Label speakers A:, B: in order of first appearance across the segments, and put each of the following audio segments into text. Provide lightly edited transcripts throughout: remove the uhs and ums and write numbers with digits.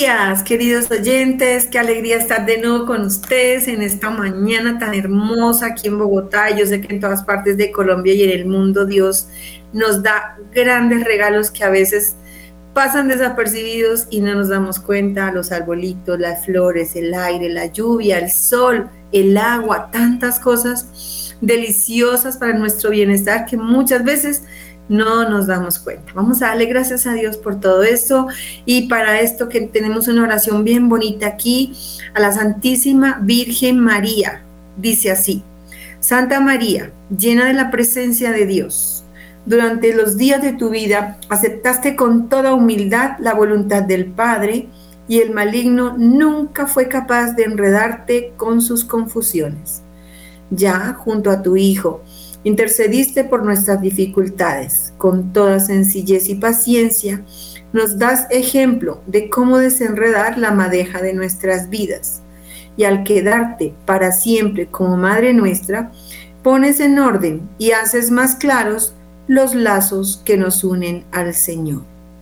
A: días, queridos oyentes. Qué alegría estar de nuevo con ustedes en esta mañana tan hermosa aquí en Bogotá. Yo sé que en todas partes de Colombia y en el mundo Dios nos da grandes regalos que a veces pasan desapercibidos y no nos damos cuenta. Los arbolitos, las flores, el aire, la lluvia, el sol, el agua, tantas cosas deliciosas para nuestro bienestar que muchas veces no nos damos cuenta. Vamos a darle gracias a Dios por todo esto y para esto que tenemos una oración bien bonita aquí a la Santísima Virgen María. Dice así: Santa María, llena de la presencia de Dios, durante los días de tu vida aceptaste con toda humildad la voluntad del Padre y el maligno nunca fue capaz de enredarte con sus confusiones. Ya junto a tu Hijo, intercediste por nuestras dificultades. Con toda sencillez y paciencia, nos das ejemplo de cómo desenredar la madeja de nuestras vidas. Y al quedarte para siempre como Madre nuestra, pones en orden y haces más claros los lazos que nos unen al Señor.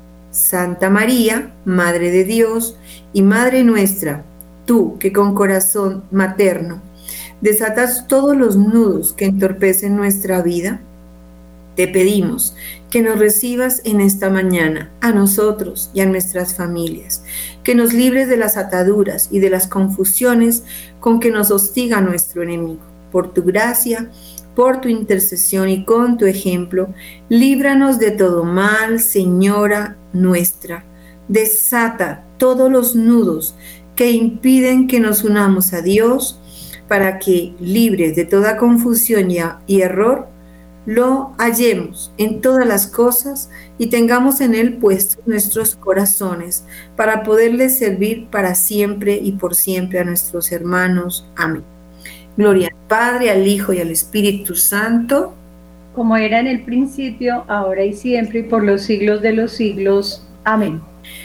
A: Santa María, Madre de Dios y Madre nuestra, tú que con corazón materno desatas todos los nudos que entorpecen nuestra vida, te pedimos que nos recibas en esta mañana, a nosotros y a nuestras familias, que nos libres de las ataduras y de las confusiones con que nos hostiga nuestro enemigo. Por tu gracia, por tu intercesión y con tu ejemplo, líbranos de todo mal, Señora nuestra. Desata todos los nudos que impiden que nos unamos a Dios, para que, libres de toda confusión y error, lo hallemos en todas las cosas y tengamos en él puestos nuestros corazones para poderles servir para siempre y por siempre a nuestros hermanos. Amén. Gloria al Padre, al Hijo y al Espíritu Santo,
B: como era en el principio, ahora y siempre y por los siglos de los siglos. Amén.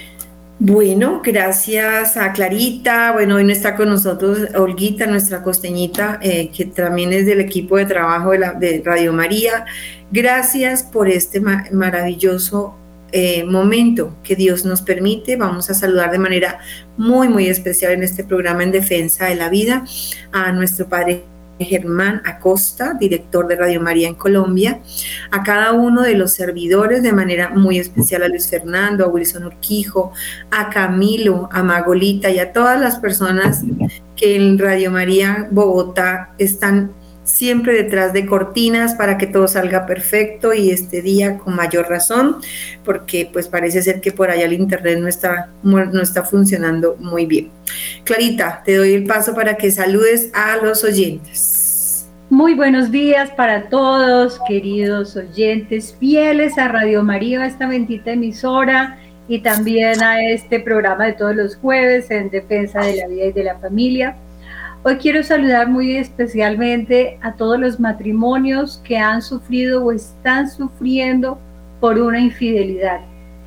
A: Bueno, gracias a Clarita. Bueno, hoy no está con nosotros Olguita, nuestra costeñita, que también es del equipo de trabajo de Radio María. Gracias por este maravilloso momento que Dios nos permite. Vamos a saludar de manera muy, muy especial en este programa En Defensa de la Vida a nuestro Padre Germán Acosta, director de Radio María en Colombia, a cada uno de los servidores, de manera muy especial a Luis Fernando, a Wilson Urquijo, a Camilo, a Magolita y a todas las personas que en Radio María Bogotá están siempre detrás de cortinas para que todo salga perfecto, y este día con mayor razón, porque pues parece ser que por allá el internet no está funcionando muy bien. Clarita, te doy el paso para que saludes a los oyentes.
B: Muy buenos días para todos, queridos oyentes, fieles a Radio María, a esta bendita emisora, y también a este programa de todos los jueves en defensa de la vida y de la familia. Hoy quiero saludar muy especialmente a todos los matrimonios que han sufrido o están sufriendo por una infidelidad,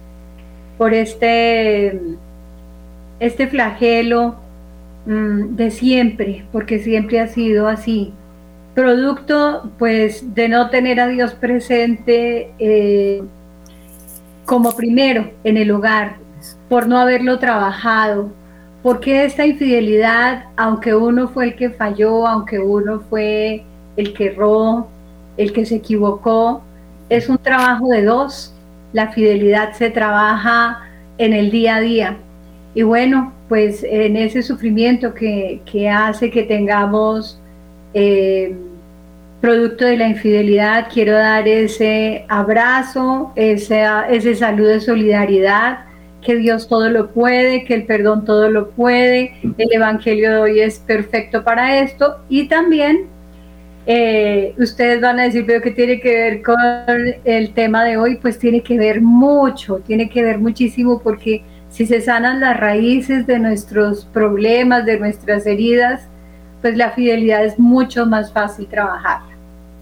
B: por este flagelo de siempre, porque siempre ha sido así, producto pues de no tener a Dios presente como primero en el hogar, por no haberlo trabajado. Porque esta infidelidad, aunque uno fue el que falló, aunque uno fue el que erró, el que se equivocó, es un trabajo de dos. La fidelidad se trabaja en el día a día. Y bueno, pues en ese sufrimiento que hace que tengamos producto de la infidelidad, quiero dar ese abrazo, ese saludo de solidaridad, que Dios todo lo puede, que el perdón todo lo puede, el Evangelio de hoy es perfecto para esto. Y también ustedes van a decir, pero ¿qué tiene que ver con el tema de hoy? Pues tiene que ver mucho, tiene que ver muchísimo, porque si se sanan las raíces de nuestros problemas, de nuestras heridas, pues la fidelidad es mucho más fácil trabajar.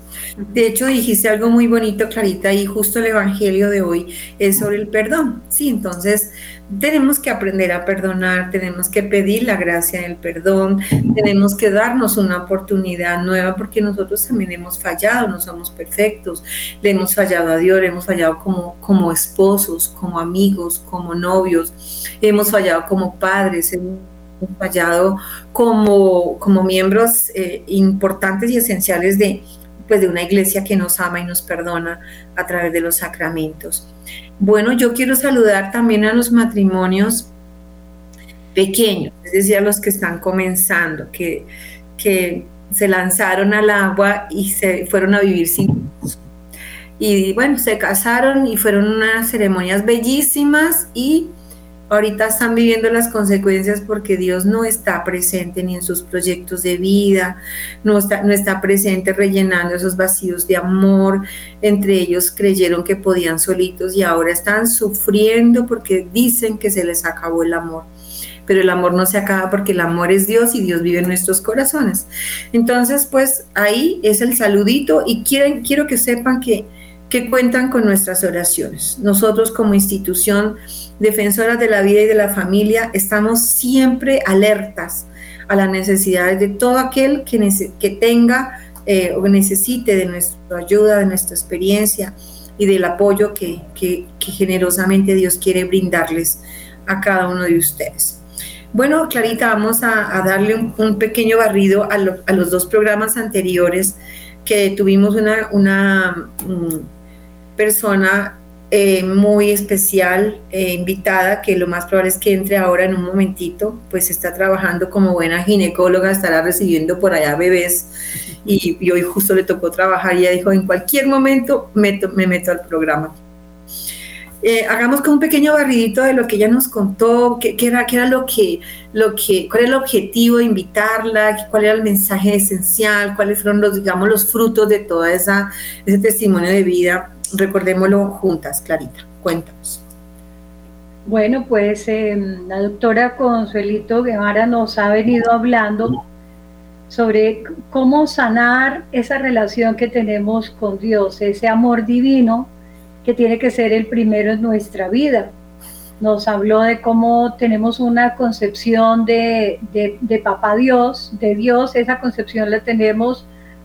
A: De hecho, dijiste algo muy bonito, Clarita, y justo el evangelio de hoy es sobre el perdón. Sí, entonces tenemos que aprender a perdonar, tenemos que pedir la gracia del perdón, tenemos que darnos una oportunidad nueva porque nosotros también hemos fallado, no somos perfectos, le hemos fallado a Dios, le hemos fallado como esposos, como amigos, como novios, hemos fallado como padres, hemos fallado como miembros importantes y esenciales de una iglesia que nos ama y nos perdona a través de los sacramentos. Bueno, yo quiero saludar también a los matrimonios pequeños, es decir, a los que están comenzando, que se lanzaron al agua y se fueron a vivir sin Dios. Y bueno, se casaron y fueron unas ceremonias bellísimas y ahorita están viviendo las consecuencias porque Dios no está presente ni en sus proyectos de vida, no está presente rellenando esos vacíos de amor. Entre ellos creyeron que podían solitos y ahora están sufriendo porque dicen que se les acabó el amor. Pero el amor no se acaba porque el amor es Dios y Dios vive en nuestros corazones. Entonces, pues ahí es el saludito y quiero que sepan que cuentan con nuestras oraciones. Nosotros como institución defensoras de la vida y de la familia estamos siempre alertas a las necesidades de todo aquel que tenga o necesite de nuestra ayuda, de nuestra experiencia y del apoyo que generosamente Dios quiere brindarles a cada uno de ustedes. Bueno, Clarita, vamos a darle un pequeño barrido a los dos programas anteriores que tuvimos una persona muy especial, invitada, que lo más probable es que entre ahora en un momentito, pues está trabajando como buena ginecóloga, estará recibiendo por allá bebés y hoy justo le tocó trabajar y ella dijo, en cualquier momento me meto al programa. Hagamos como un pequeño barridito de lo que ella nos contó, qué era cuál era el objetivo de invitarla, cuál era el mensaje esencial, cuáles fueron los frutos de todo ese testimonio de vida. Recordémoslo juntas, Clarita, cuéntanos.
B: Bueno, pues la doctora Consuelito Guevara nos ha venido hablando sobre cómo sanar esa relación que tenemos con Dios, ese amor divino que tiene que ser el primero en nuestra vida. Nos habló de cómo tenemos una concepción de Papá Dios, de Dios, esa concepción la tenemos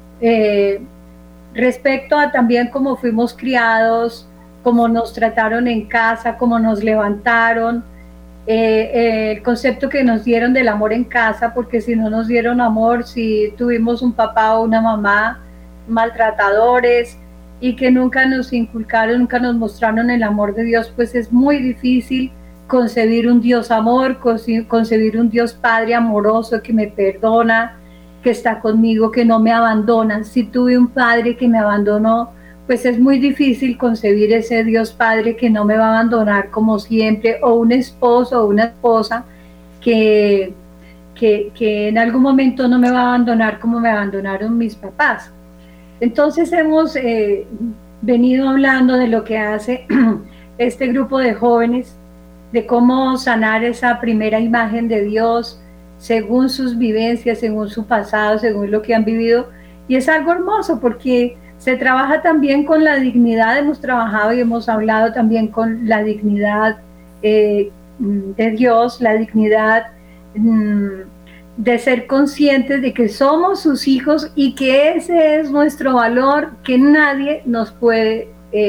B: respecto a también cómo fuimos criados, cómo nos trataron en casa, cómo nos levantaron, el concepto que nos dieron del amor en casa, porque si no nos dieron amor, si tuvimos un papá o una mamá maltratadores y que nunca nos inculcaron, nunca nos mostraron el amor de Dios, pues es muy difícil concebir un Dios amor, concebir un Dios Padre amoroso que me perdona, que está conmigo, que no me abandona. Si tuve un padre que me abandonó, pues es muy difícil concebir ese Dios Padre que no me va a abandonar como siempre, o un esposo o una esposa que en algún momento no me va a abandonar como me abandonaron mis papás. Entonces hemos venido hablando de lo que hace este grupo de jóvenes, de cómo sanar esa primera imagen de Dios según sus vivencias, según su pasado, según lo que han vivido. Y es algo hermoso porque se trabaja también con la dignidad, hemos trabajado y hemos hablado también con la dignidad de Dios, la dignidad de ser conscientes de que somos sus hijos y que ese es nuestro valor, que nadie nos puede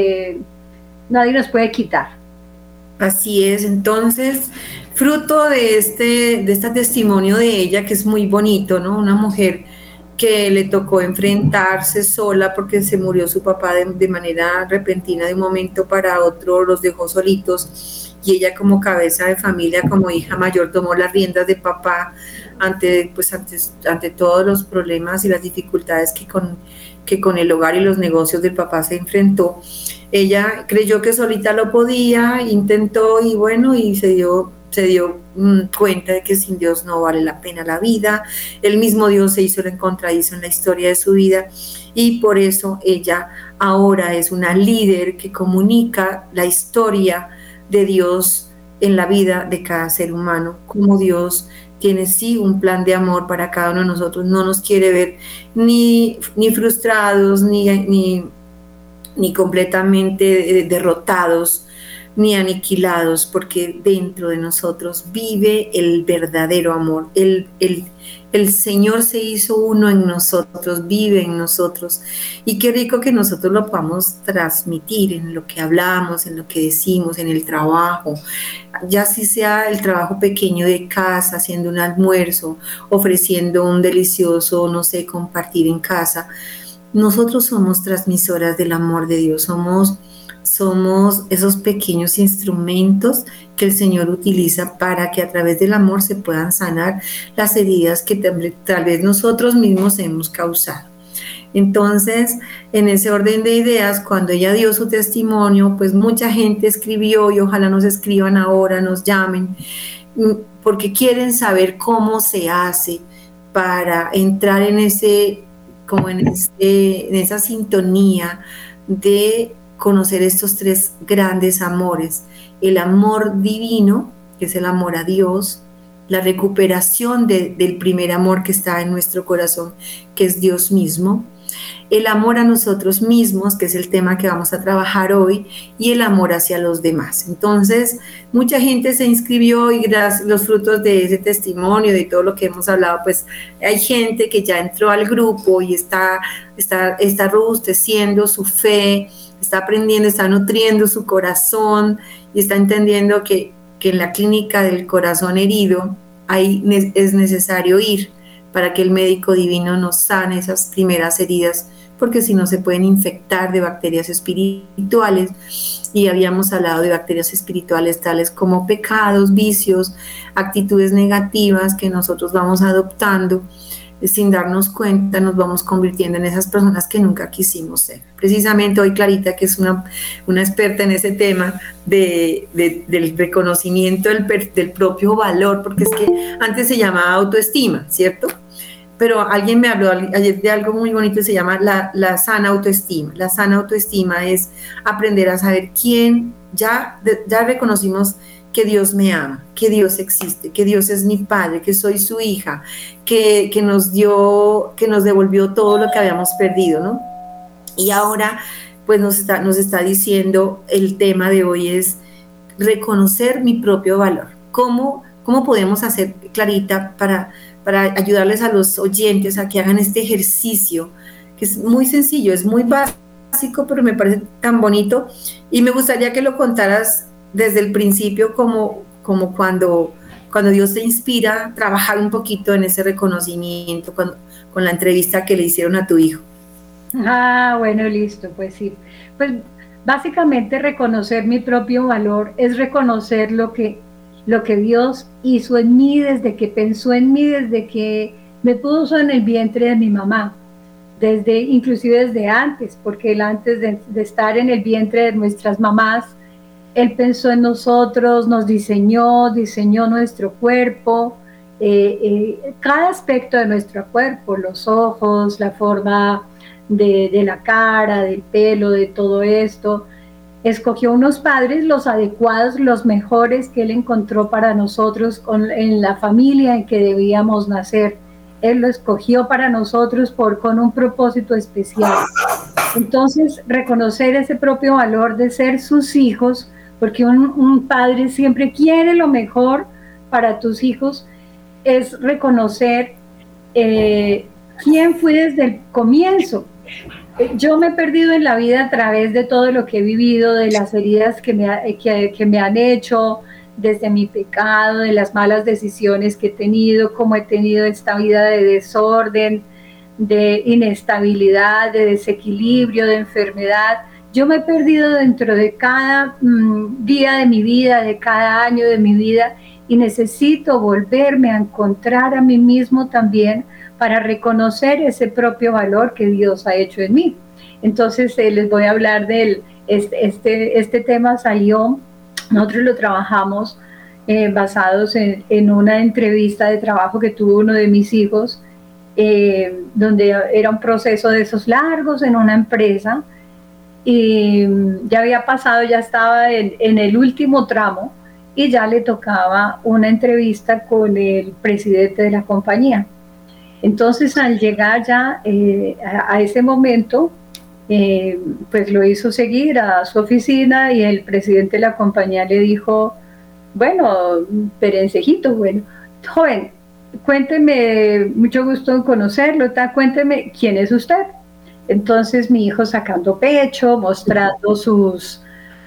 B: quitar.
A: Así es, entonces, fruto de este testimonio de ella, que es muy bonito, ¿no? Una mujer que le tocó enfrentarse sola porque se murió su papá de manera repentina, de un momento para otro, los dejó solitos, y ella como cabeza de familia, como hija mayor, tomó las riendas de papá ante todos los problemas y las dificultades que con el hogar y los negocios del papá se enfrentó. Ella creyó que solita lo podía, intentó y bueno, y se dio cuenta de que sin Dios no vale la pena la vida. El mismo Dios se hizo el encontradizo en la historia de su vida y por eso ella ahora es una líder que comunica la historia de Dios en la vida de cada ser humano, como Dios tiene sí un plan de amor para cada uno de nosotros, no nos quiere ver ni frustrados, ni completamente derrotados, ni aniquilados, porque dentro de nosotros vive el verdadero amor. El Señor se hizo uno en nosotros, vive en nosotros. Y qué rico que nosotros lo podamos transmitir en lo que hablamos, en lo que decimos, en el trabajo, ya si sea el trabajo pequeño de casa, haciendo un almuerzo, ofreciendo un delicioso, no sé, compartir en casa. Nosotros somos transmisoras del amor de Dios, somos esos pequeños instrumentos que el Señor utiliza para que a través del amor se puedan sanar las heridas que tal vez nosotros mismos hemos causado. Entonces, en ese orden de ideas, cuando ella dio su testimonio, pues mucha gente escribió y ojalá nos escriban ahora, nos llamen, porque quieren saber cómo se hace para entrar en esa sintonía de conocer estos tres grandes amores: el amor divino, que es el amor a Dios, la recuperación del primer amor que está en nuestro corazón, que es Dios mismo, el amor a nosotros mismos, que es el tema que vamos a trabajar hoy, y el amor hacia los demás. Entonces, mucha gente se inscribió y gracias los frutos de ese testimonio, de todo lo que hemos hablado, pues hay gente que ya entró al grupo y está robusteciendo su fe, está aprendiendo, está nutriendo su corazón y está entendiendo que en la clínica del corazón herido ahí es necesario ir para que el médico divino nos sane esas primeras heridas, porque si no se pueden infectar de bacterias espirituales, y habíamos hablado de bacterias espirituales tales como pecados, vicios, actitudes negativas que nosotros vamos adoptando. Sin darnos cuenta nos vamos convirtiendo en esas personas que nunca quisimos ser. Precisamente hoy Clarita, que es una experta en ese tema del reconocimiento del propio valor, porque es que antes se llamaba autoestima, ¿cierto? Pero alguien me habló ayer de algo muy bonito que se llama la sana autoestima. La sana autoestima es aprender a saber quién, ya reconocimos que Dios me ama, que Dios existe, que Dios es mi Padre, que soy su hija, que nos devolvió todo lo que habíamos perdido, ¿no? Y ahora, pues nos está diciendo, el tema de hoy es reconocer mi propio valor. ¿Cómo podemos hacer, Clarita, para ayudarles a los oyentes a que hagan este ejercicio, que es muy sencillo, es muy básico, pero me parece tan bonito, y me gustaría que lo contaras desde el principio, como cuando Dios te inspira a trabajar un poquito en ese reconocimiento con la entrevista que le hicieron a tu hijo.
B: Bueno, listo, pues sí. Pues básicamente reconocer mi propio valor es reconocer lo que Dios hizo en mí, desde que pensó en mí, desde que me puso en el vientre de mi mamá, inclusive desde antes, porque él, antes de estar en el vientre de nuestras mamás, Él pensó en nosotros, nos diseñó nuestro cuerpo, cada aspecto de nuestro cuerpo, los ojos, la forma de la cara, del pelo, de todo esto. Escogió unos padres, los adecuados, los mejores que Él encontró para nosotros en la familia en que debíamos nacer. Él lo escogió para nosotros con un propósito especial. Entonces, reconocer ese propio valor de ser sus hijos, porque un padre siempre quiere lo mejor para tus hijos, es reconocer quién fui desde el comienzo. Yo me he perdido en la vida a través de todo lo que he vivido, de las heridas que me han hecho, desde mi pecado, de las malas decisiones que he tenido, cómo he tenido esta vida de desorden, de inestabilidad, de desequilibrio, de enfermedad. Yo me he perdido dentro de cada día de mi vida, de cada año de mi vida, y necesito volverme a encontrar a mí mismo también para reconocer ese propio valor que Dios ha hecho en mí. Entonces les voy a hablar de este tema. Salió, nosotros lo trabajamos basados en una entrevista de trabajo que tuvo uno de mis hijos, donde era un proceso de esos largos en una empresa, y ya había pasado, ya estaba en el último tramo, y ya le tocaba una entrevista con el presidente de la compañía. Entonces, al llegar ya a ese momento, pues lo hizo seguir a su oficina y el presidente de la compañía le dijo, bueno, Perencejito, bueno, joven, cuénteme, mucho gusto en conocerlo, cuénteme quién es usted. Entonces mi hijo sacando pecho, mostrando sus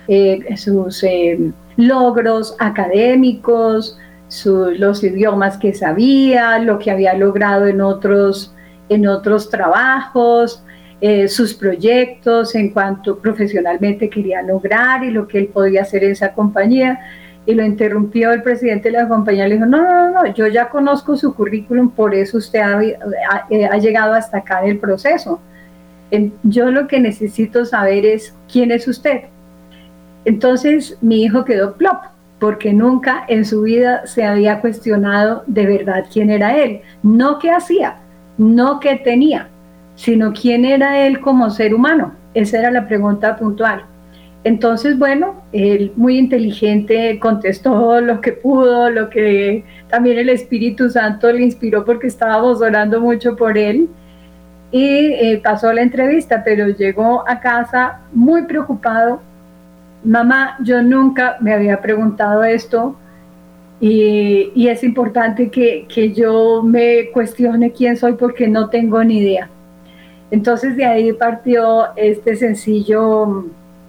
B: logros académicos, los idiomas que sabía, lo que había logrado en otros trabajos, sus proyectos en cuanto profesionalmente quería lograr y lo que él podía hacer en esa compañía. Y lo interrumpió el presidente de la compañía, le dijo, no, yo ya conozco su currículum, por eso usted ha llegado hasta acá en el proceso. Yo lo que necesito saber es quién es usted. Entonces mi hijo quedó plop, porque nunca en su vida se había cuestionado de verdad quién era él, no qué hacía, no qué tenía, sino quién era él como ser humano. Esa era la pregunta puntual. Entonces, bueno, él muy inteligente contestó lo que pudo, lo que también el Espíritu Santo le inspiró porque estábamos orando mucho por él, y pasó la entrevista, pero llegó a casa muy preocupado. Mamá, yo nunca me había preguntado esto y es importante que yo me cuestione quién soy porque no tengo ni idea. Entonces de ahí partió este sencillo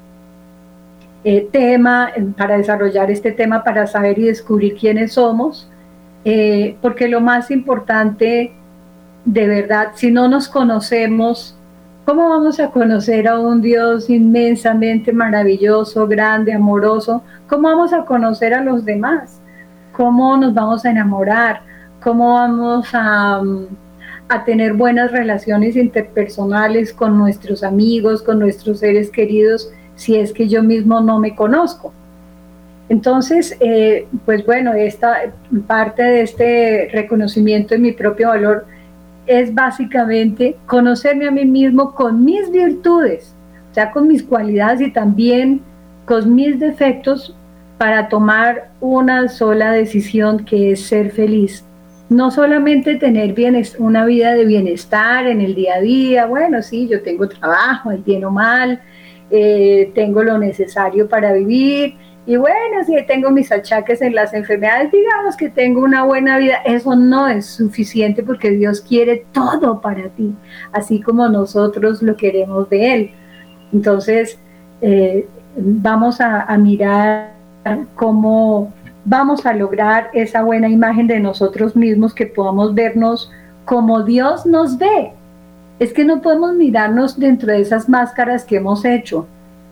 B: tema para desarrollar este tema, para saber y descubrir quiénes somos, porque lo más importante, de verdad, si no nos conocemos, ¿cómo vamos a conocer a un Dios inmensamente maravilloso, grande, amoroso? ¿Cómo vamos a conocer a los demás? ¿Cómo nos vamos a enamorar? ¿Cómo vamos a tener buenas relaciones interpersonales con nuestros amigos, con nuestros seres queridos, si es que yo mismo no me conozco? Entonces, pues bueno, esta parte de este reconocimiento de mi propio valor es básicamente conocerme a mí mismo con mis virtudes, o sea, con mis cualidades y también con mis defectos, para tomar una sola decisión, que es ser feliz. No solamente tener una vida de bienestar en el día a día, bueno, sí, yo tengo trabajo, bien o mal, tengo lo necesario para vivir, y bueno, si tengo mis achaques en las enfermedades, digamos que tengo una buena vida. Eso no es suficiente, porque Dios quiere todo para ti, así como nosotros lo queremos de Él. Entonces, vamos a mirar cómo vamos a lograr esa buena imagen de nosotros mismos, que podamos vernos como Dios nos ve. Es que no podemos mirarnos dentro de esas máscaras que hemos hecho,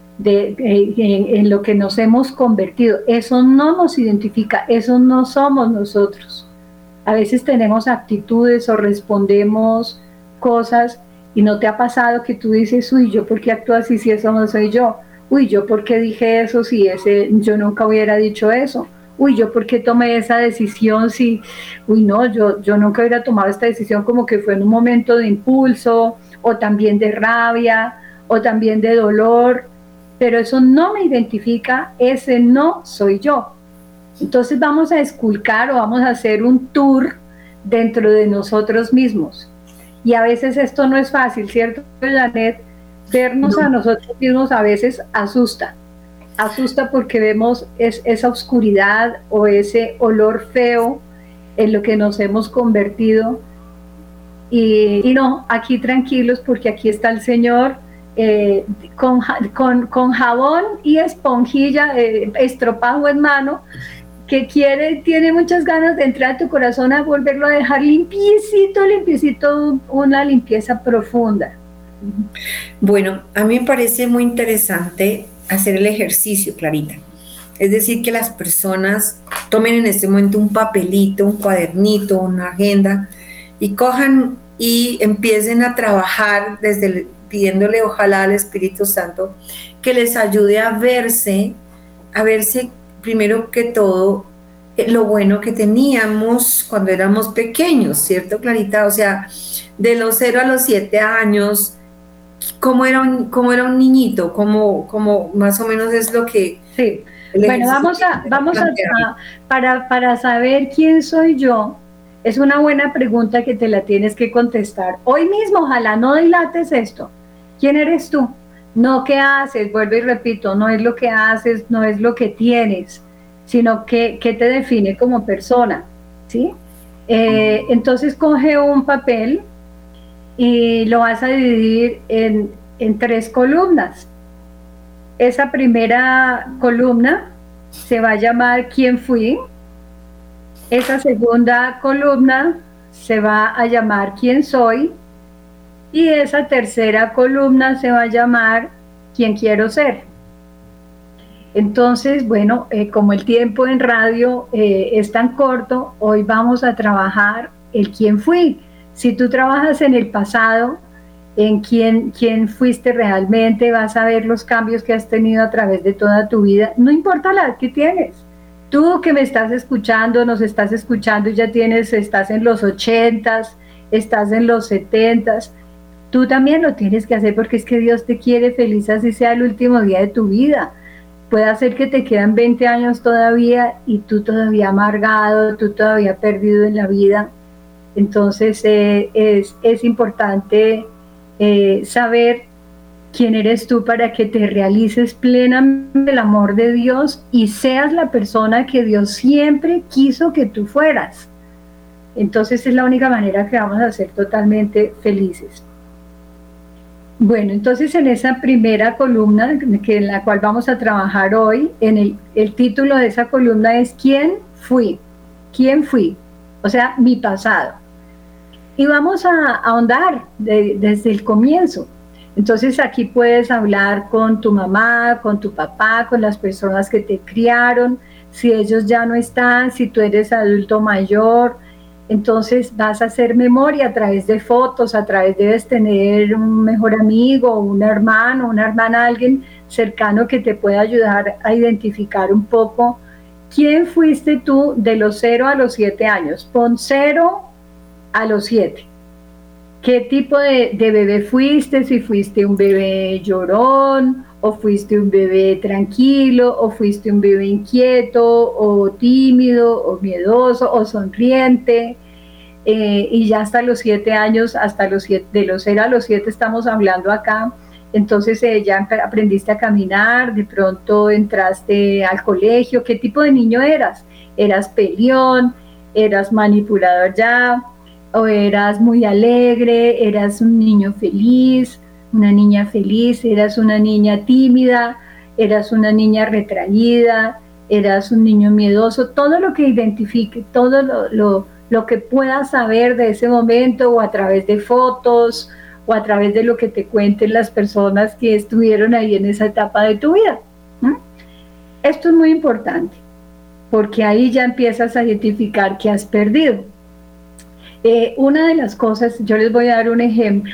B: en lo que nos hemos convertido. Eso no nos identifica, eso no somos nosotros. A veces tenemos actitudes o respondemos cosas, y ¿no te ha pasado que tú dices, uy, yo por qué actúo así si eso no soy yo? Uy, yo por qué dije eso si yo nunca hubiera dicho eso? Uy, yo por qué tomé esa decisión si, uy, no, yo nunca hubiera tomado esta decisión, como que fue en un momento de impulso, o también de rabia, o también de dolor. Pero eso no me identifica, ese no soy yo. Entonces vamos a esculcar, o vamos a hacer un tour dentro de nosotros mismos. Y a veces esto no es fácil, ¿cierto, Janet? Vernos a nosotros mismos a veces asusta porque vemos esa oscuridad o ese olor feo en lo que nos hemos convertido. Y no, aquí tranquilos, porque aquí está el Señor, con jabón y esponjilla, estropajo en mano, que tiene muchas ganas de entrar a tu corazón, a volverlo a dejar limpiecito, una limpieza profunda.
A: Bueno, a mí me parece muy interesante hacer el ejercicio, Clarita. Es decir, que las personas tomen en este momento un papelito, un cuadernito, una agenda, y cojan y empiecen a trabajar pidiéndole ojalá al Espíritu Santo que les ayude a verse primero que todo lo bueno que teníamos cuando éramos pequeños, ¿cierto, Clarita? O sea, de los 0 a los 7 años, cómo era un niñito, como más o menos es lo que...
B: Sí, Bueno, para saber quién soy yo, es una buena pregunta que te la tienes que contestar. Hoy mismo, ojalá no dilates esto. ¿Quién eres tú? No qué haces, vuelvo y repito, no es lo que haces, no es lo que tienes, sino qué te define como persona, ¿sí? Entonces coge un papel y lo vas a dividir en 3 columnas. Esa primera columna se va a llamar ¿Quién fui? Esa segunda columna se va a llamar ¿Quién soy? Y esa tercera columna se va a llamar ¿Quién quiero ser? Entonces, bueno, como el tiempo en radio es tan corto, hoy vamos a trabajar el quién fui. Si tú trabajas en el pasado, en quién fuiste realmente, vas a ver los cambios que has tenido a través de toda tu vida, no importa la edad que tienes. Tú que me estás escuchando, nos estás escuchando, ya estás en los 80s, estás en los 70s, tú también lo tienes que hacer porque es que Dios te quiere feliz así sea el último día de tu vida. Puede ser que te quedan 20 años todavía y tú todavía amargado, tú todavía perdido en la vida. Entonces es importante saber quién eres tú para que te realices plenamente el amor de Dios y seas la persona que Dios siempre quiso que tú fueras. Entonces es la única manera que vamos a ser totalmente felices. Bueno, entonces en esa primera columna en la cual vamos a trabajar hoy, el título de esa columna es ¿Quién fui? ¿Quién fui? O sea, mi pasado. Y vamos a ahondar desde el comienzo. Entonces aquí puedes hablar con tu mamá, con tu papá, con las personas que te criaron, si ellos ya no están, si tú eres adulto mayor. Entonces vas a hacer memoria a través de fotos, debes tener un mejor amigo, un hermano, una hermana, alguien cercano que te pueda ayudar a identificar un poco quién fuiste tú de los 0 a los 7 años. Pon 0 a los 7. ¿Qué tipo de bebé fuiste? Si fuiste un bebé llorón, o fuiste un bebé tranquilo, o fuiste un bebé inquieto, o tímido, o miedoso, o sonriente. Y ya hasta los 7 años, de los 0 a los 7 estamos hablando acá. Entonces ya aprendiste a caminar, de pronto entraste al colegio. ¿Qué tipo de niño eras? ¿Eras peleón? ¿Eras manipulador ya? ¿O eras muy alegre? ¿Eras un niño feliz? ¿Una niña feliz? ¿Eras una niña tímida? ¿Eras una niña retraída? ¿Eras un niño miedoso? Todo lo que identifique, todo lo que puedas saber de ese momento, o a través de fotos, o a través de lo que te cuenten las personas que estuvieron ahí en esa etapa de tu vida. Esto es muy importante, porque ahí ya empiezas a identificar qué has perdido. Una de las cosas, yo les voy a dar un ejemplo.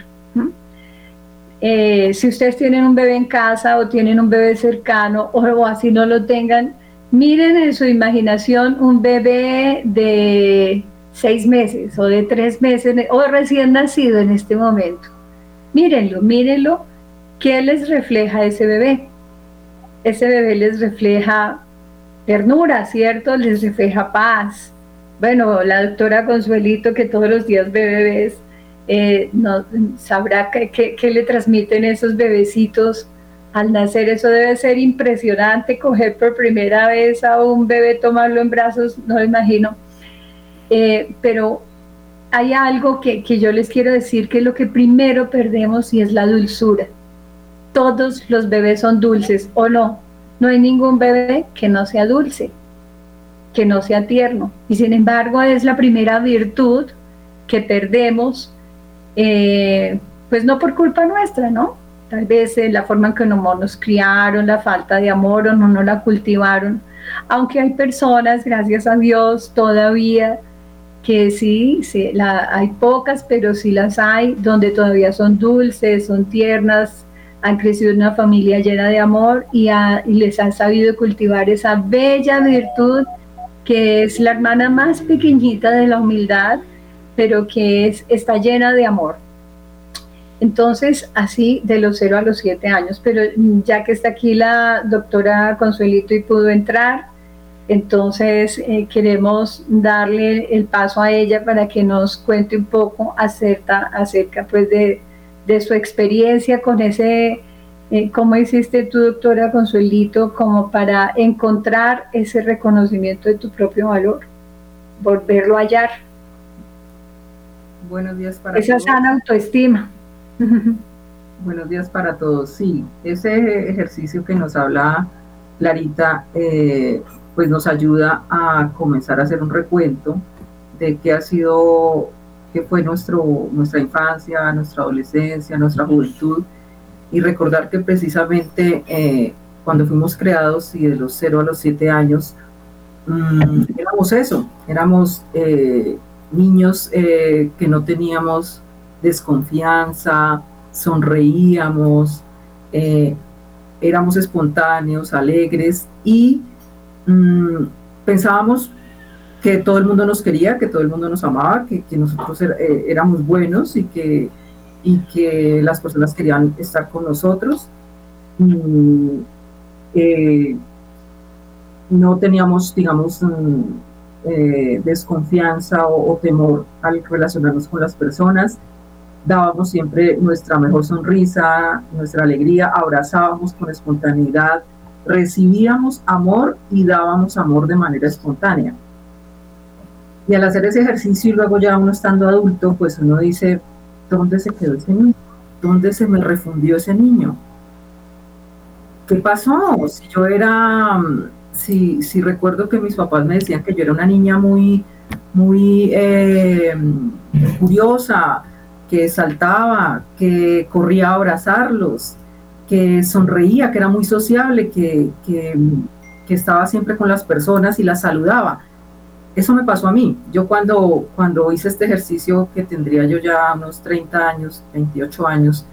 B: Si ustedes tienen un bebé en casa o tienen un bebé cercano, o así no lo tengan, miren en su imaginación un bebé de 6 meses o de 3 meses o recién nacido en este momento. Mírenlo, ¿qué les refleja ese bebé? Ese bebé les refleja ternura, ¿cierto? Les refleja paz. Bueno, la doctora Consuelito, que todos los días ve bebés, no, sabrá qué le transmiten esos bebecitos al nacer. Eso debe ser impresionante, coger por primera vez a un bebé, tomarlo en brazos, no lo imagino. Pero hay algo que yo les quiero decir, que es lo que primero perdemos, y es la dulzura. Todos los bebés son dulces, ¿o no? No hay ningún bebé que no sea dulce, que no sea tierno, y sin embargo es la primera virtud que perdemos, pues no por culpa nuestra, ¿no? Tal vez la forma en que nos criaron, la falta de amor, o no la cultivaron, aunque hay personas, gracias a Dios, todavía que sí, hay pocas, pero sí las hay, donde todavía son dulces, son tiernas, han crecido en una familia llena de amor y les han sabido cultivar esa bella virtud que es la hermana más pequeñita de la humildad, pero que está llena de amor. Entonces, así de los 0 a los 7 años, pero ya que está aquí la doctora Consuelito y pudo entrar, entonces queremos darle el paso a ella para que nos cuente un poco acerca pues de su experiencia con ese, cómo hiciste tú, doctora Consuelito, como para encontrar ese reconocimiento de tu propio valor, volverlo a hallar.
C: Buenos días para
B: esa
C: todos.
B: Sana autoestima.
C: Buenos días para todos. Sí, ese ejercicio que nos habla Clarita, pues nos ayuda a comenzar a hacer un recuento de qué ha sido, qué fue nuestra infancia, nuestra adolescencia, nuestra juventud, y recordar que precisamente cuando fuimos creados y de los 0 a los 7 años, éramos eso, éramos niños que no teníamos desconfianza, sonreíamos, éramos espontáneos, alegres, y pensábamos que todo el mundo nos quería, que todo el mundo nos amaba, que nosotros éramos buenos y que las personas querían estar con nosotros. No teníamos, digamos, desconfianza o temor al relacionarnos con las personas. Dábamos siempre nuestra mejor sonrisa, nuestra alegría, abrazábamos con espontaneidad, recibíamos amor y dábamos amor de manera espontánea. Y al hacer ese ejercicio y luego ya uno estando adulto, pues uno dice, ¿dónde se quedó ese niño? ¿Dónde se me refundió ese niño? ¿Qué pasó? Si yo era, si recuerdo que mis papás me decían que yo era una niña muy curiosa, que saltaba, que corría a abrazarlos, que sonreía, que era muy sociable, que estaba siempre con las personas y las saludaba. Eso me pasó a mí. Yo cuando hice este ejercicio, que tendría yo ya unos 30 años, 28 años,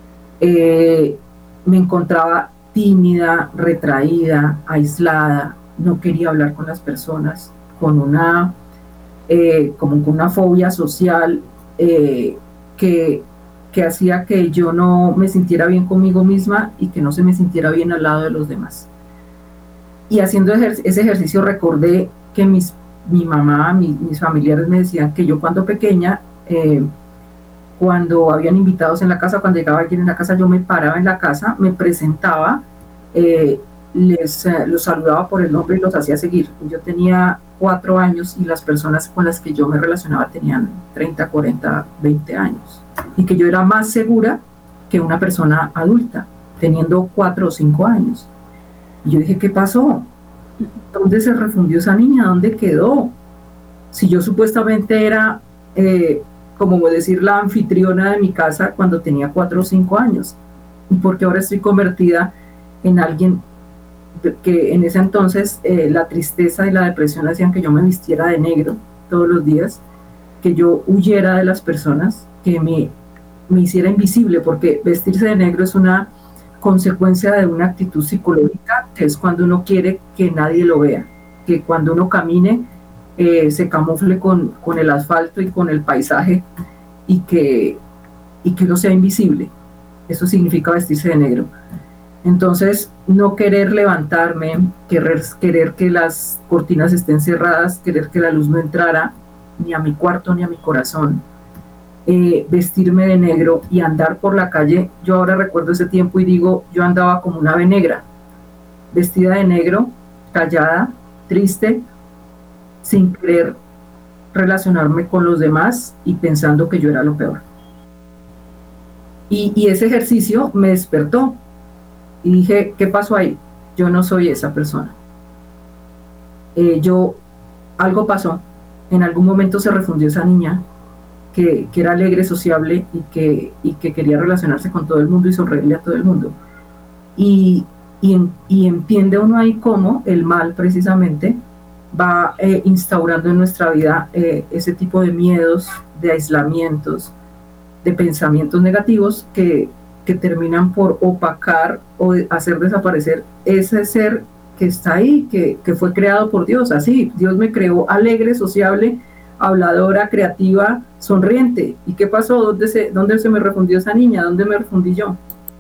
C: me encontraba tímida, retraída, aislada, no quería hablar con las personas, con una fobia social que hacía que yo no me sintiera bien conmigo misma y que no se me sintiera bien al lado de los demás. Y haciendo ese ejercicio recordé que mi mamá, mis familiares me decían que yo cuando pequeña, cuando habían invitados en la casa, cuando llegaba alguien en la casa, yo me paraba en la casa, me presentaba, los saludaba por el nombre y los hacía seguir. Yo tenía 4 años y las personas con las que yo me relacionaba tenían 30, 40, 20 años. Y que yo era más segura que una persona adulta, teniendo 4 o 5 años. Y yo dije, ¿qué pasó? ¿Dónde se refundió esa niña? ¿Dónde quedó? Si yo supuestamente era, como decir, la anfitriona de mi casa cuando tenía 4 o 5 años. ¿Y por qué ahora estoy convertida en alguien que en ese entonces la tristeza y la depresión hacían que yo me vistiera de negro todos los días, que yo huyera de las personas, que me hiciera invisible? Porque vestirse de negro es una consecuencia de una actitud psicológica, que es cuando uno quiere que nadie lo vea, que cuando uno camine se camufle con el asfalto y con el paisaje y que uno sea invisible. Eso significa vestirse de negro. Entonces, no querer levantarme, querer que las cortinas estén cerradas, querer que la luz no entrara ni a mi cuarto ni a mi corazón, vestirme de negro y andar por la calle. Yo ahora recuerdo ese tiempo y digo, yo andaba como una ave negra, vestida de negro, callada, triste, sin querer relacionarme con los demás y pensando que yo era lo peor. Y ese ejercicio me despertó y dije, ¿qué pasó ahí? Yo no soy esa persona. Algo pasó. En algún momento se refundió esa niña que era alegre, sociable y que quería relacionarse con todo el mundo y sonreírle a todo el mundo. Y entiende uno ahí cómo el mal precisamente va instaurando en nuestra vida ese tipo de miedos, de aislamientos, de pensamientos negativos que terminan por opacar o hacer desaparecer ese ser que está ahí, que fue creado por Dios. Así, Dios me creó alegre, sociable, habladora, creativa, sonriente. ¿Y qué pasó? ¿Dónde se me refundió esa niña? ¿Dónde me refundí yo?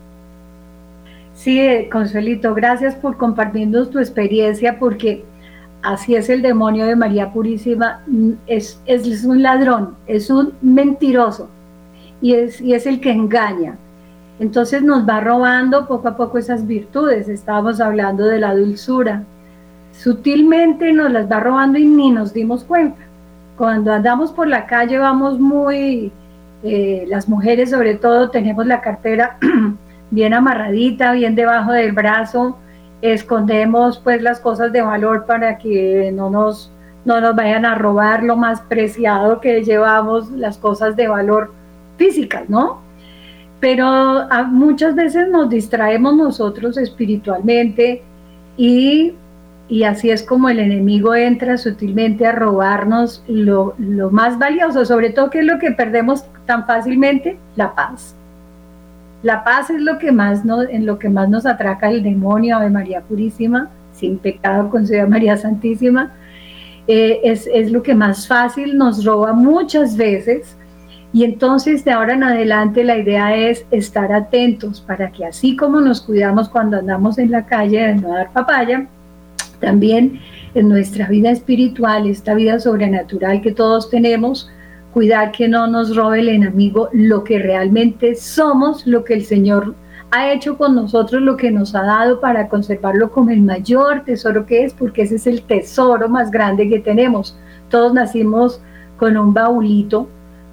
B: Sí, Consuelito, gracias por compartirnos tu experiencia, porque así es el demonio de María Purísima, es un ladrón, es un mentiroso, y es el que engaña. Entonces nos va robando poco a poco esas virtudes. Estábamos hablando de la dulzura. Sutilmente nos las va robando y ni nos dimos cuenta. Cuando andamos por la calle vamos muy, las mujeres sobre todo, tenemos la cartera bien amarradita, bien debajo del brazo, escondemos pues las cosas de valor para que no nos vayan a robar lo más preciado que llevamos, las cosas de valor físicas, ¿no? Pero muchas veces nos distraemos nosotros espiritualmente y así es como el enemigo entra sutilmente a robarnos lo más valioso, sobre todo, ¿qué es lo que perdemos tan fácilmente? La paz. La paz es en lo que más nos atraca el demonio, Ave María Purísima, sin pecado concebida María Santísima, es lo que más fácil nos roba muchas veces. Y entonces de ahora en adelante la idea es estar atentos para que así como nos cuidamos cuando andamos en la calle de no dar papaya, también en nuestra vida espiritual, esta vida sobrenatural que todos tenemos, cuidar que no nos robe el enemigo lo que realmente somos, lo que el Señor ha hecho con nosotros, lo que nos ha dado, para conservarlo como el mayor tesoro que es, porque ese es el tesoro más grande que tenemos. Todos nacimos con un baúlito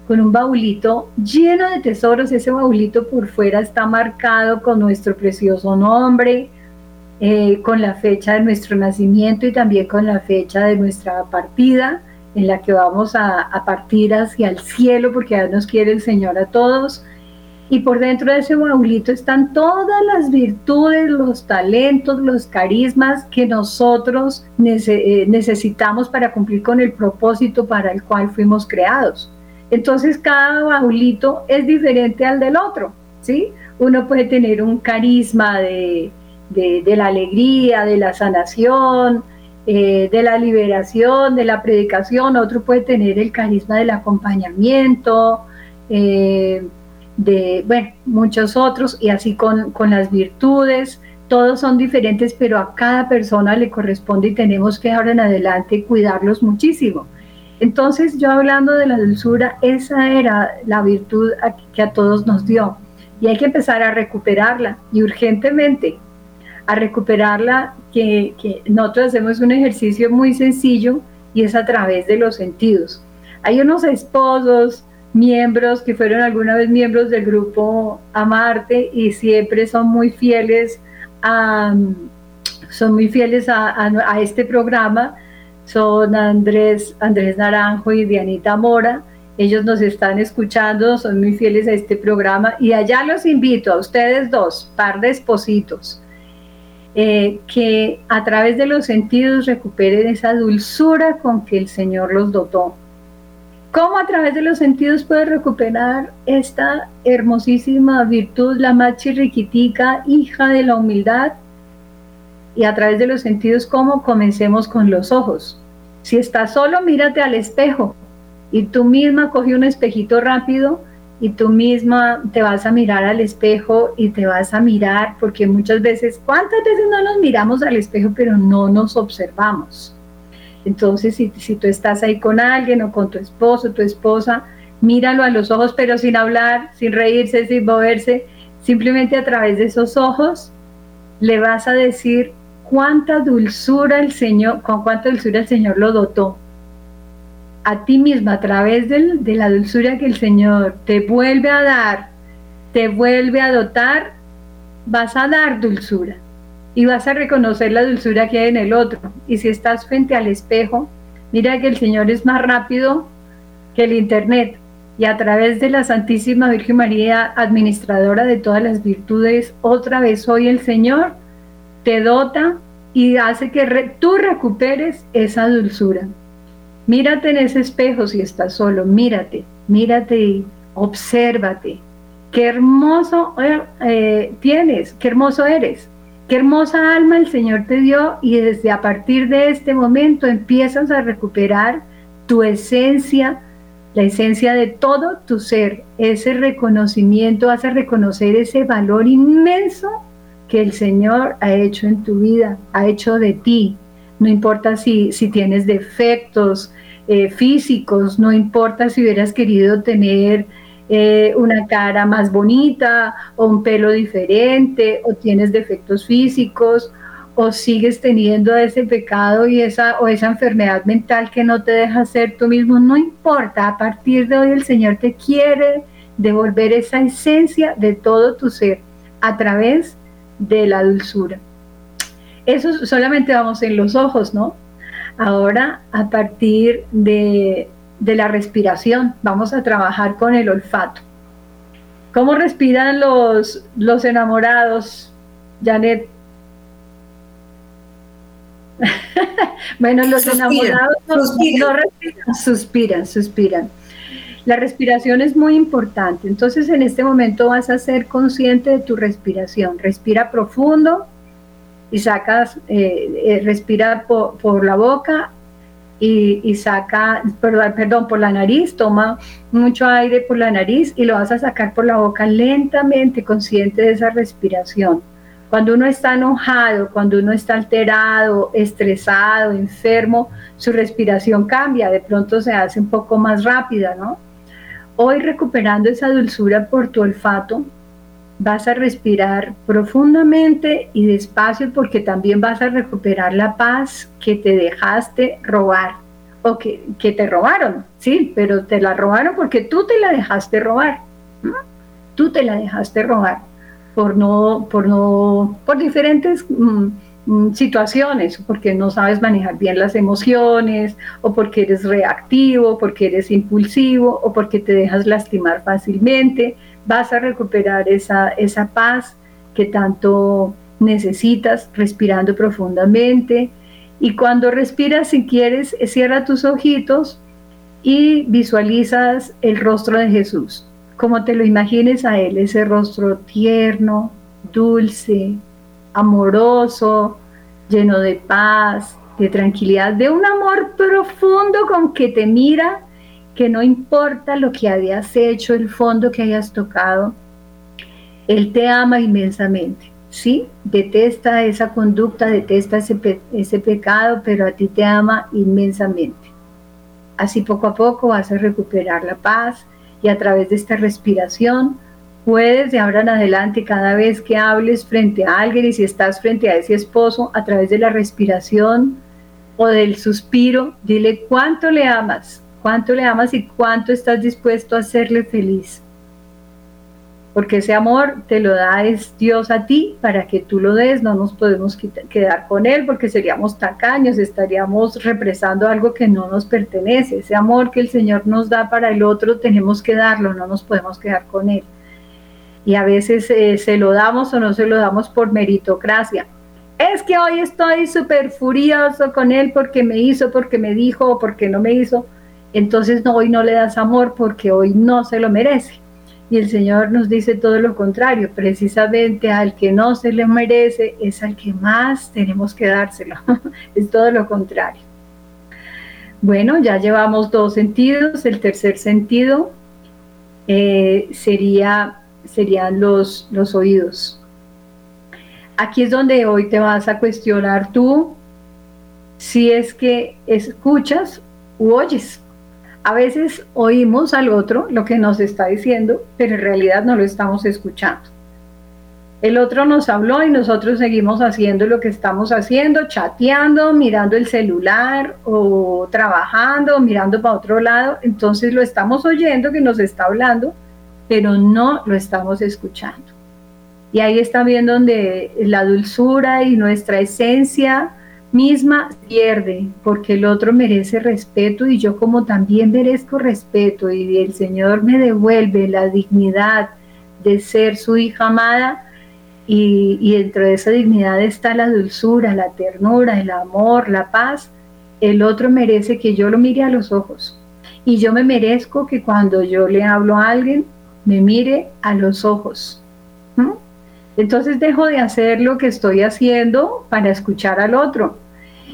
B: lleno de tesoros. Ese baúlito por fuera está marcado con nuestro precioso nombre, con la fecha de nuestro nacimiento y también con la fecha de nuestra partida, en la que vamos a partir hacia el cielo, porque ya nos quiere el Señor a todos. Y por dentro de ese baúlito están todas las virtudes, los talentos, los carismas que nosotros necesitamos para cumplir con el propósito para el cual fuimos creados. Entonces cada baúlito es diferente al del otro, ¿sí? Uno puede tener un carisma de la alegría, de la sanación, de la liberación, de la predicación. Otro puede tener el carisma del acompañamiento, muchos otros, y así con las virtudes. Todos son diferentes, pero a cada persona le corresponde y tenemos que ahora en adelante cuidarlos muchísimo. Entonces, yo hablando de la dulzura, esa era la virtud que a todos nos dio, y hay que empezar a recuperarla, y urgentemente a recuperarla, que nosotros hacemos un ejercicio muy sencillo, y es a través de los sentidos. Hay unos esposos, miembros que fueron alguna vez miembros del grupo Amarte, y siempre son muy fieles a este programa. Son Andrés Naranjo y Dianita Mora. Ellos nos están escuchando, son muy fieles a este programa, y allá los invito a ustedes dos, par de espositos, que a través de los sentidos recuperen esa dulzura con que el Señor los dotó. ¿Cómo a través de los sentidos puede recuperar esta hermosísima virtud, la más chirriquitica, hija de la humildad? Y a través de los sentidos, ¿cómo? Comencemos con los ojos. Si estás solo, mírate al espejo, y tú misma coge un espejito rápido y tú misma te vas a mirar al espejo y te vas a mirar, porque muchas veces, ¿cuántas veces no nos miramos al espejo pero no nos observamos? Entonces, si tú estás ahí con alguien o con tu esposo, tu esposa, míralo a los ojos, pero sin hablar, sin reírse, sin moverse, simplemente a través de esos ojos le vas a decir cuánta dulzura el Señor, con cuánta dulzura el Señor lo dotó. A ti misma, a través de la dulzura que el Señor te vuelve a dar, te vuelve a dotar, vas a dar dulzura y vas a reconocer la dulzura que hay en el otro. Y si estás frente al espejo, mira que el Señor es más rápido que el internet, y a través de la Santísima Virgen María, administradora de todas las virtudes, otra vez hoy el Señor te dota y hace que tú recuperes esa dulzura. Mírate en ese espejo si estás solo, mírate y obsérvate. Qué hermoso tienes, qué hermoso eres, qué hermosa alma el Señor te dio, y desde a partir de este momento empiezas a recuperar tu esencia, la esencia de todo tu ser, ese reconocimiento, vas a reconocer ese valor inmenso que el Señor ha hecho en tu vida, ha hecho de ti. No importa si tienes defectos físicos, no importa si hubieras querido tener una cara más bonita o un pelo diferente, o tienes defectos físicos, o sigues teniendo ese pecado y esa enfermedad mental que no te deja ser tú mismo. No importa, a partir de hoy el Señor te quiere devolver esa esencia de todo tu ser a través de la dulzura. Eso solamente vamos en los ojos, ¿no? Ahora, a partir de la respiración, vamos a trabajar con el olfato. ¿Cómo respiran los enamorados, Janet? Bueno, los enamorados no respiran, suspiran. La respiración es muy importante. Entonces, en este momento vas a ser consciente de tu respiración. Respira profundo y sacas, respira por la boca y saca, perdón, por la nariz. Toma mucho aire por la nariz y lo vas a sacar por la boca lentamente, consciente de esa respiración. Cuando uno está enojado, cuando uno está alterado, estresado, enfermo, su respiración cambia, de pronto se hace un poco más rápida, ¿no? Hoy, recuperando esa dulzura por tu olfato, vas a respirar profundamente y despacio, porque también vas a recuperar la paz que te dejaste robar, o que te robaron, sí, pero te la robaron porque tú te la dejaste robar, ¿no? Tú te la dejaste robar. Por diferentes situaciones, porque no sabes manejar bien las emociones, o porque eres reactivo, porque eres impulsivo, o porque te dejas lastimar fácilmente. Vas a recuperar esa paz que tanto necesitas respirando profundamente. Y cuando respiras, si quieres, cierra tus ojitos y visualizas el rostro de Jesús. Como te lo imagines a Él, ese rostro tierno, dulce, amoroso, lleno de paz, de tranquilidad, de un amor profundo con que te mira, que no importa lo que hayas hecho, el fondo que hayas tocado, Él te ama inmensamente, ¿sí? Detesta esa conducta, detesta ese pecado, pero a ti te ama inmensamente. Así poco a poco vas a recuperar la paz. Y a través de esta respiración puedes, de ahora en adelante, cada vez que hables frente a alguien, y si estás frente a ese esposo, a través de la respiración o del suspiro, dile cuánto le amas y cuánto estás dispuesto a hacerle feliz. Porque ese amor te lo da es Dios a ti para que tú lo des. No nos podemos quedar con Él, porque seríamos tacaños, estaríamos represando algo que no nos pertenece. Ese amor que el Señor nos da para el otro, tenemos que darlo, no nos podemos quedar con Él. Y a veces se lo damos o no se lo damos por meritocracia. Es que hoy estoy súper furioso con Él porque me hizo, porque me dijo o porque no me hizo. Entonces hoy no le das amor porque hoy no se lo merece. Y el Señor nos dice todo lo contrario, precisamente al que no se le merece es al que más tenemos que dárselo. Es todo lo contrario. Bueno, ya llevamos 2 sentidos. El tercer sentido serían los oídos. Aquí es donde hoy te vas a cuestionar tú si es que escuchas u oyes. A veces oímos al otro lo que nos está diciendo, pero en realidad no lo estamos escuchando. El otro nos habló y nosotros seguimos haciendo lo que estamos haciendo, chateando, mirando el celular o trabajando, o mirando para otro lado. Entonces lo estamos oyendo que nos está hablando, pero no lo estamos escuchando. Y ahí está bien donde la dulzura y nuestra esencia misma pierde, porque el otro merece respeto y yo como también merezco respeto, y el Señor me devuelve la dignidad de ser su hija amada, y dentro de esa dignidad está la dulzura, la ternura, el amor, la paz. El otro merece que yo lo mire a los ojos, y yo me merezco que cuando yo le hablo a alguien me mire a los ojos. Entonces dejo de hacer lo que estoy haciendo para escuchar al otro.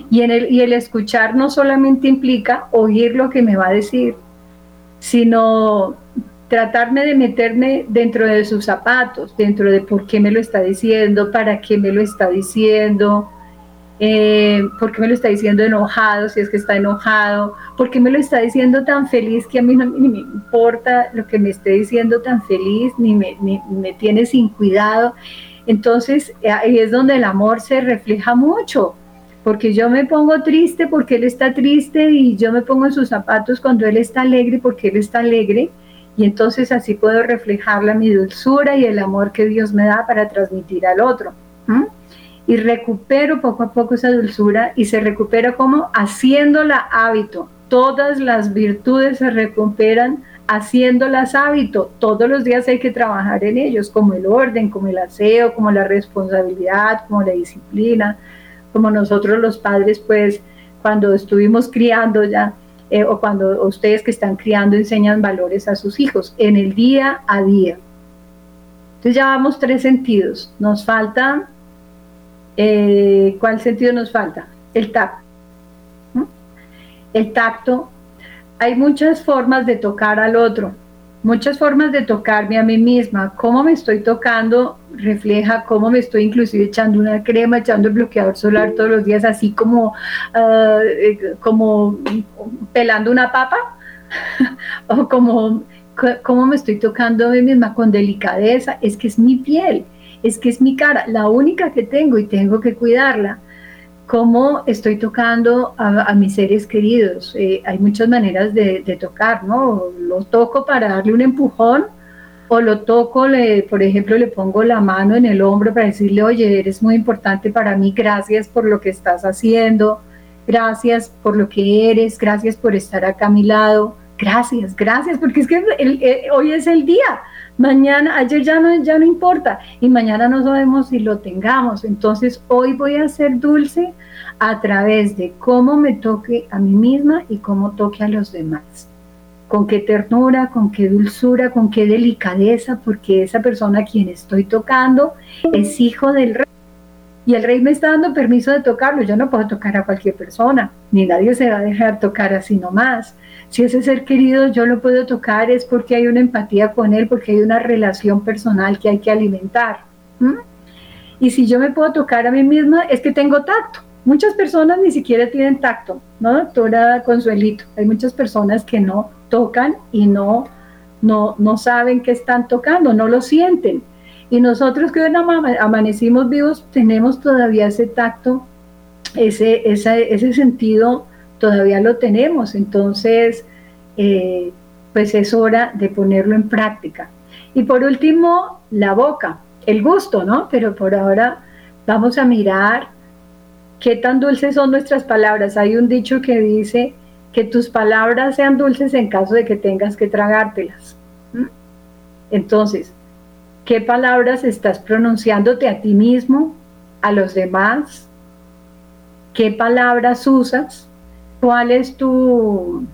B: Y el escuchar no solamente implica oír lo que me va a decir, sino tratarme de meterme dentro de sus zapatos, dentro de por qué me lo está diciendo, para qué me lo está diciendo, por qué me lo está diciendo enojado, si es que está enojado, por qué me lo está diciendo tan feliz que a mí no ni me importa lo que me esté diciendo tan feliz, ni me tiene sin cuidado. Entonces ahí es donde el amor se refleja mucho, porque yo me pongo triste porque él está triste y yo me pongo en sus zapatos cuando él está alegre porque él está alegre, y entonces así puedo reflejarla mi dulzura y el amor que Dios me da para transmitir al otro. Y recupero poco a poco esa dulzura, y se recupera como haciéndola hábito. Todas las virtudes se recuperan haciéndolas hábito. Todos los días hay que trabajar en ellos, como el orden, como el aseo, como la responsabilidad, como la disciplina, como nosotros los padres, pues cuando estuvimos criando ya, o cuando ustedes que están criando enseñan valores a sus hijos en el día a día. Entonces ya vamos 3 sentidos. Nos falta, ¿cuál sentido nos falta? El tacto. El tacto, hay muchas formas de tocar al otro, muchas formas de tocarme a mí misma. Cómo me estoy tocando refleja cómo me estoy inclusive echando una crema, echando el bloqueador solar todos los días, así como pelando una papa, o cómo me estoy tocando a mí misma con delicadeza. Es que es mi piel, es que es mi cara, la única que tengo, y tengo que cuidarla. Cómo estoy tocando a mis seres queridos. Hay muchas maneras de tocar, ¿no? Lo toco para darle un empujón, o lo toco, por ejemplo, le pongo la mano en el hombro para decirle, oye, eres muy importante para mí, gracias por lo que estás haciendo, gracias por lo que eres, gracias por estar acá a mi lado, gracias, porque es que hoy es el día. Mañana, ayer ya no importa, y mañana no sabemos si lo tengamos. Entonces hoy voy a ser dulce a través de cómo me toque a mí misma y cómo toque a los demás. Con qué ternura, con qué dulzura, con qué delicadeza, porque esa persona a quien estoy tocando es hijo del rey. Y el rey me está dando permiso de tocarlo. Yo no puedo tocar a cualquier persona, ni nadie se va a dejar tocar así nomás. Si ese ser querido yo lo puedo tocar, es porque hay una empatía con él, porque hay una relación personal que hay que alimentar. Y si yo me puedo tocar a mí misma, es que tengo tacto. Muchas personas ni siquiera tienen tacto, ¿no, doctora Consuelito? Hay muchas personas que no tocan y no saben que están tocando, no lo sienten. Y nosotros que hoy amanecimos vivos tenemos todavía ese tacto, ese sentido, todavía lo tenemos. Entonces, pues es hora de ponerlo en práctica. Y por último, la boca, el gusto, ¿no? Pero por ahora vamos a mirar qué tan dulces son nuestras palabras. Hay un dicho que dice que tus palabras sean dulces en caso de que tengas que tragártelas. Entonces, ¿qué palabras estás pronunciándote a ti mismo, a los demás? ¿Qué palabras usas? ¿Cuál es tu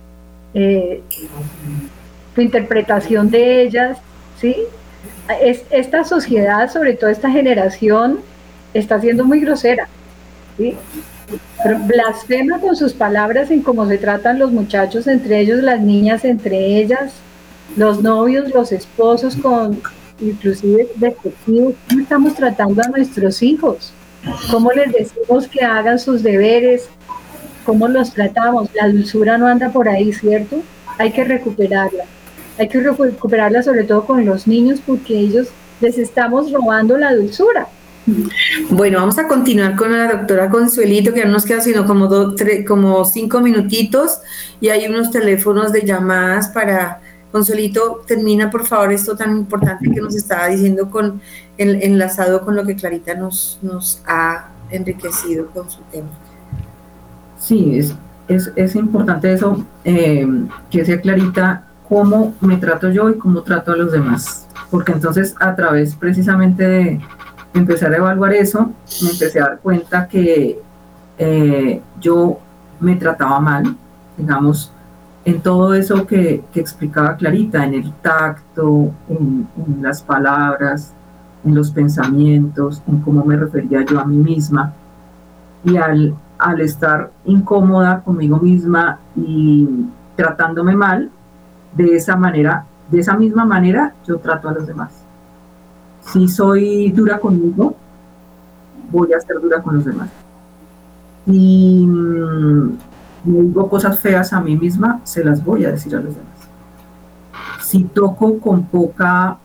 B: interpretación de ellas? ¿Sí? Esta sociedad, sobre todo esta generación, está siendo muy grosera, ¿sí? Blasfema con sus palabras en cómo se tratan los muchachos entre ellos, las niñas entre ellas, los novios, los esposos, con inclusive despectivos. ¿Cómo estamos tratando a nuestros hijos? ¿Cómo les decimos que hagan sus deberes? ¿Cómo los tratamos? La dulzura no anda por ahí, ¿cierto? Hay que recuperarla. Hay que recuperarla sobre todo con los niños, porque ellos les estamos robando la dulzura.
A: Bueno, vamos a continuar con la doctora Consuelito, que ya no nos queda sino como 5 minutitos, y hay unos teléfonos de llamadas para... Consuelito, termina por favor esto tan importante que nos estaba diciendo, enlazado con lo que Clarita nos ha enriquecido con su tema.
C: Sí, es importante eso que decía Clarita, cómo me trato yo y cómo trato a los demás, porque entonces a través precisamente de empezar a evaluar eso, me empecé a dar cuenta que yo me trataba mal, digamos, en todo eso que explicaba Clarita, en el tacto, en las palabras, en los pensamientos, en cómo me refería yo a mí misma. Y al al estar incómoda conmigo misma y tratándome mal, de esa misma manera, yo trato a los demás. Si soy dura conmigo, voy a ser dura con los demás. Y me digo cosas feas a mí misma, se las voy a decir a los demás. Si toco con poca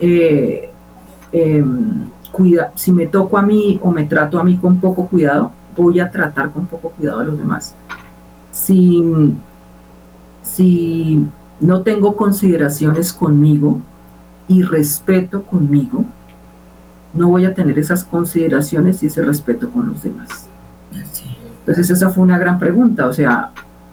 C: si me toco a mí o me trato a mí con poco cuidado, voy a tratar con poco cuidado a los demás. Si no tengo consideraciones conmigo y respeto conmigo, no voy a tener esas consideraciones y ese respeto con los demás. Entonces esa fue una gran pregunta, o sea,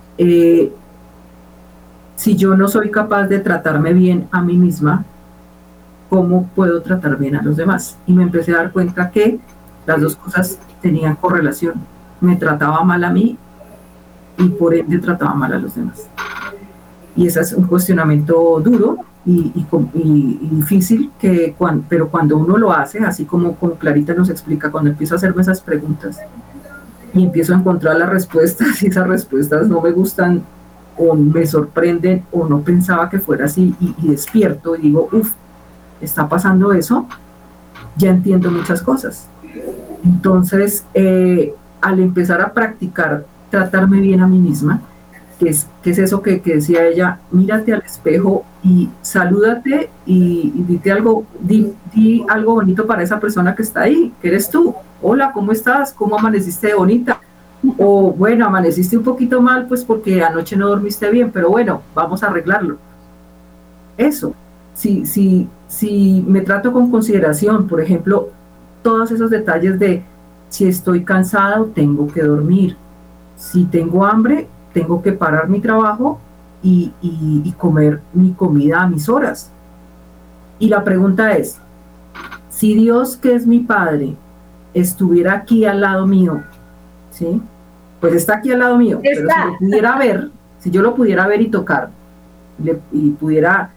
C: si yo no soy capaz de tratarme bien a mí misma, ¿cómo puedo tratar bien a los demás? Y me empecé a dar cuenta que las dos cosas tenían correlación. Me trataba mal a mí y por ende trataba mal a los demás. Y ese es un cuestionamiento duro y difícil, pero cuando uno lo hace, así como Clarita nos explica, cuando empiezo a hacerme esas preguntas y empiezo a encontrar las respuestas y esas respuestas no me gustan o me sorprenden o no pensaba que fuera así y despierto y digo, está pasando eso, ya entiendo muchas cosas. Entonces, al empezar a practicar tratarme bien a mí misma, que es eso que decía ella, mírate al espejo y salúdate y dite algo, di algo bonito para esa persona que está ahí, que eres tú. Hola, ¿cómo estás? ¿Cómo amaneciste de bonita? O bueno, amaneciste un poquito mal, pues porque anoche no dormiste bien, pero bueno, vamos a arreglarlo. Eso. Si me trato con consideración, por ejemplo, todos esos detalles de si estoy cansada, tengo que dormir. Si tengo hambre, tengo que parar mi trabajo y comer mi comida a mis horas. Y la pregunta es, si Dios, que es mi Padre, estuviera aquí al lado mío, ¿sí? Pues está aquí al lado mío, pero si lo pudiera ver, si yo lo pudiera ver y tocar, y pudiera...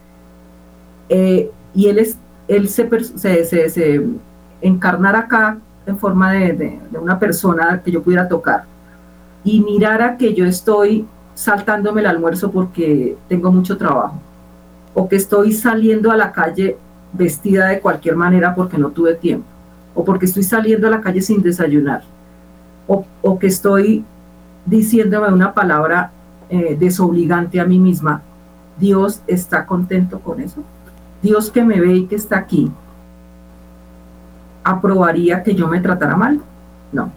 C: y él se encarnara acá en forma de una persona que yo pudiera tocar y mirara que yo estoy saltándome el almuerzo porque tengo mucho trabajo, o que estoy saliendo a la calle vestida de cualquier manera porque no tuve tiempo, o porque estoy saliendo a la calle sin desayunar, o que estoy diciéndome una palabra desobligante a mí misma. ¿Dios está contento con eso? Dios, que me ve y que está aquí, ¿aprobaría que yo me tratara mal? No.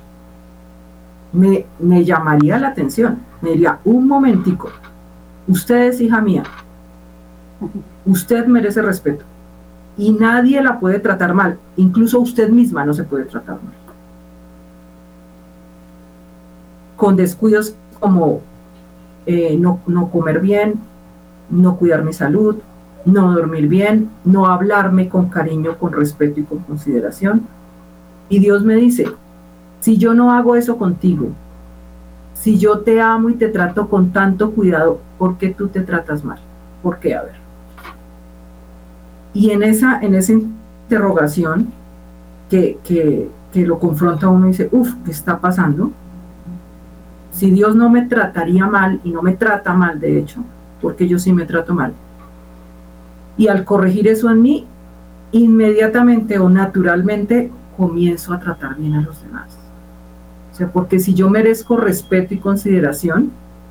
C: Me llamaría la atención, me diría, un momentico, usted es hija mía, usted merece respeto y nadie la puede tratar mal, incluso usted misma no se puede tratar mal. Con descuidos como no comer bien, no cuidar mi salud, no dormir bien, no hablarme con cariño, con respeto y con consideración. Y Dios me dice, si yo no hago eso contigo, si yo te amo y te trato con tanto cuidado, ¿por qué tú te tratas mal? ¿Por qué? A ver. Y en esa interrogación que lo confronta a uno y dice, ¿qué está pasando? Si Dios no me trataría mal, y no me trata mal de hecho, porque yo sí me trato mal. Y al corregir eso en mí, inmediatamente o naturalmente comienzo a tratar bien a los demás. O sea, porque si yo merezco respeto y consideración,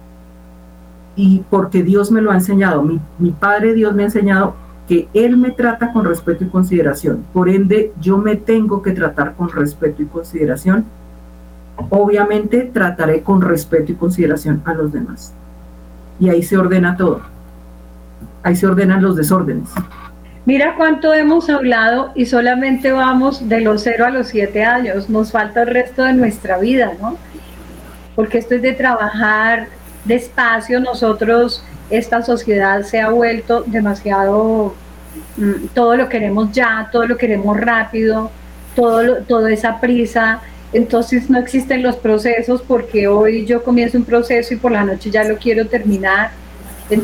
C: y porque Dios me lo ha enseñado, mi Padre Dios me ha enseñado que Él me trata con respeto y consideración, por ende yo me tengo que tratar con respeto y consideración, obviamente trataré con respeto y consideración a los demás. Y ahí se ordena todo. Ahí se ordenan los desórdenes.
B: Mira cuánto hemos hablado y solamente vamos de los 0 a los 7 años. Nos falta el resto de nuestra vida, ¿no? Porque esto es de trabajar despacio. Nosotros, esta sociedad se ha vuelto demasiado... todo lo queremos ya, todo lo queremos rápido, toda esa prisa. Entonces no existen los procesos, porque hoy yo comienzo un proceso y por la noche ya lo quiero terminar.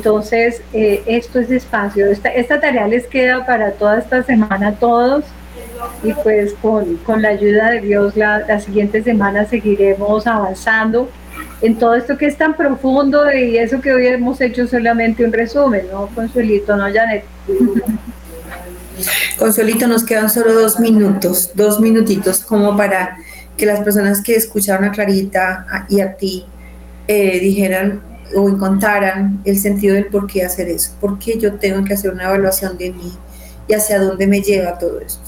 B: Entonces esto es despacio. Esta tarea les queda para toda esta semana a todos, y pues con la ayuda de Dios la siguiente semana seguiremos avanzando en todo esto que es tan profundo y eso que hoy hemos hecho solamente un resumen, ¿no, Consuelito? ¿No, Janet?
A: Consuelito, nos quedan solo 2 minutos, 2 minutitos como para que las personas que escucharon a Clarita y a ti dijeran o encontraran el sentido del por qué hacer eso, por qué yo tengo que hacer una evaluación de mí y hacia dónde me lleva todo esto.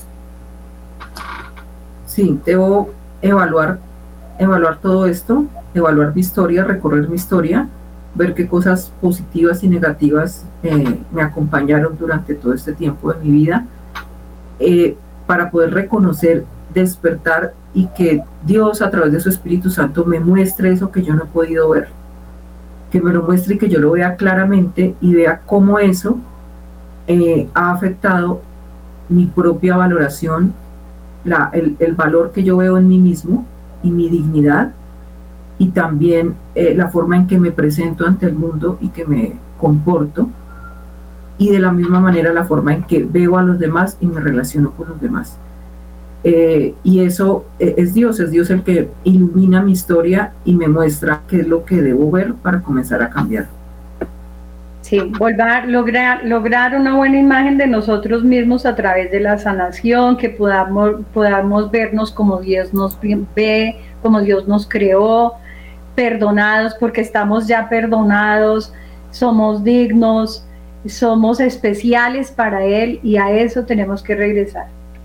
C: Sí, debo evaluar todo esto, evaluar mi historia, recorrer mi historia, ver qué cosas positivas y negativas me acompañaron durante todo este tiempo de mi vida, para poder reconocer, despertar y que Dios a través de su Espíritu Santo me muestre eso que yo no he podido ver, que me lo muestre y que yo lo vea claramente y vea cómo eso ha afectado mi propia valoración, el valor que yo veo en mí mismo y mi dignidad, y también la forma en que me presento ante el mundo y que me comporto, y de la misma manera la forma en que veo a los demás y me relaciono con los demás. Y eso es Dios el que ilumina mi historia y me muestra qué es lo que debo ver para comenzar a cambiar.
B: Sí, lograr una buena imagen de nosotros mismos a través de la sanación, que podamos vernos como Dios nos ve, como Dios nos creó, perdonados porque estamos ya perdonados, somos dignos, somos especiales para Él y a eso tenemos que regresar.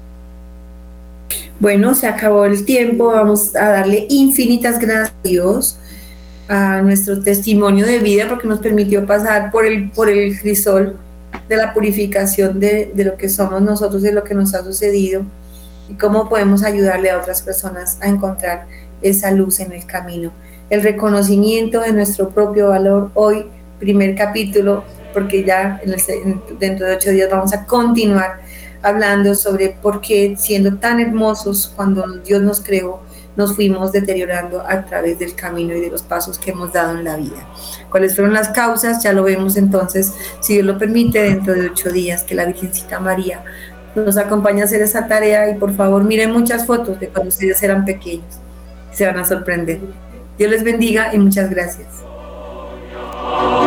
A: Bueno, se acabó el tiempo, vamos a darle infinitas gracias a Dios, a nuestro testimonio de vida, porque nos permitió pasar por el crisol de la purificación de lo que somos nosotros, de lo que nos ha sucedido y cómo podemos ayudarle a otras personas a encontrar esa luz en el camino. El reconocimiento de nuestro propio valor, hoy, primer capítulo, porque ya dentro de 8 días vamos a continuar hablando sobre por qué, siendo tan hermosos cuando Dios nos creó, nos fuimos deteriorando a través del camino y de los pasos que hemos dado en la vida. ¿Cuáles fueron las causas? Ya lo vemos entonces, si Dios lo permite, dentro de 8 días, que la Virgencita María nos acompañe a hacer esa tarea. Y por favor, miren muchas fotos de cuando ustedes eran pequeños, se van a sorprender. Dios les bendiga y muchas gracias.